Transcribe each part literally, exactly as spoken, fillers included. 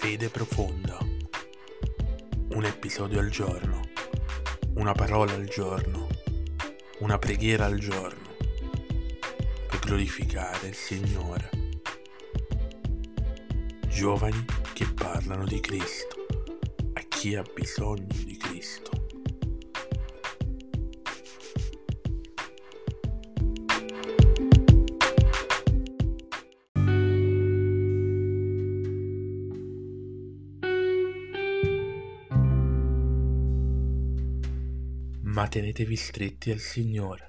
fede profonda. Un episodio al giorno, una parola al giorno, una preghiera al giorno, per glorificare il Signore. Giovani che parlano di Cristo a chi ha bisogno di Cristo. Ma tenetevi stretti al Signore,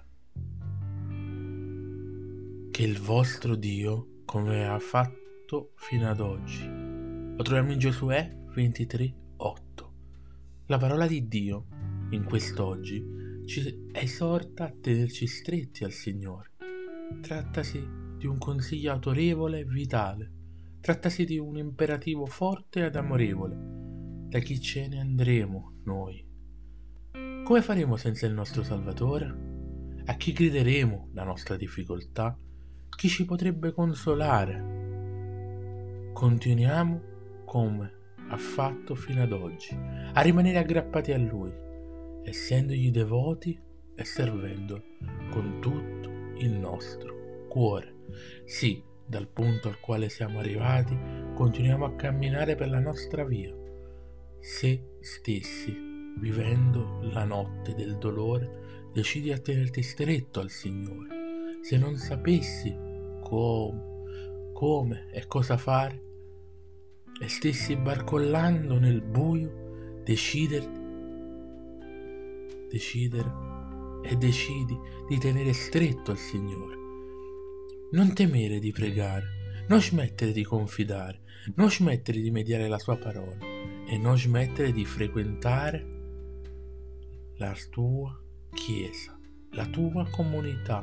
che è il vostro Dio, come ha fatto fino ad oggi. Lo troviamo in Giosuè ventitré otto. La parola di Dio in quest'oggi ci esorta a tenerci stretti al Signore. Trattasi di un consiglio autorevole e vitale. Trattasi di un imperativo forte ed amorevole. Da chi ce ne andremo noi? Come faremo senza il nostro Salvatore? A chi grideremo la nostra difficoltà? Chi ci potrebbe consolare? Continuiamo come ha fatto fino ad oggi, a rimanere aggrappati a Lui, essendogli devoti e servendolo con tutto il nostro cuore. Sì, dal punto al quale siamo arrivati, continuiamo a camminare per la nostra via, se stessi vivendo la notte del dolore, decidi a tenerti stretto al Signore. Se non sapessi come, come e cosa fare e stessi barcollando nel buio, decidere, decidere e decidi di tenere stretto al Signore. Non temere di pregare, non smettere di confidare, non smettere di mediare la Sua parola e non smettere di frequentare la tua chiesa, la tua comunità.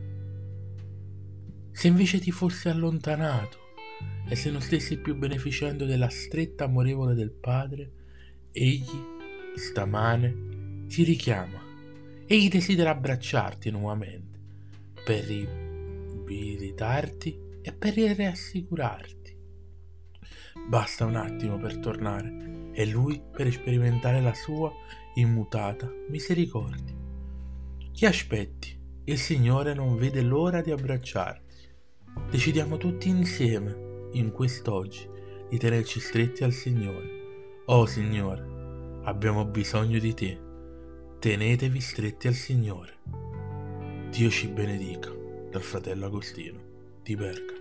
Se invece ti fossi allontanato e se non stessi più beneficiando della stretta amorevole del Padre, Egli stamane ti richiama. Egli desidera abbracciarti nuovamente per riabilitarti e per rassicurarti. Basta un attimo per tornare e Lui per sperimentare la sua immutata misericordia. Chi aspetti? Il Signore non vede l'ora di abbracciarti. Decidiamo tutti insieme, in quest'oggi, di tenerci stretti al Signore. Oh Signore, abbiamo bisogno di Te. Tenetevi stretti al Signore. Dio ci benedica. Dal fratello Agostino di Bergamo.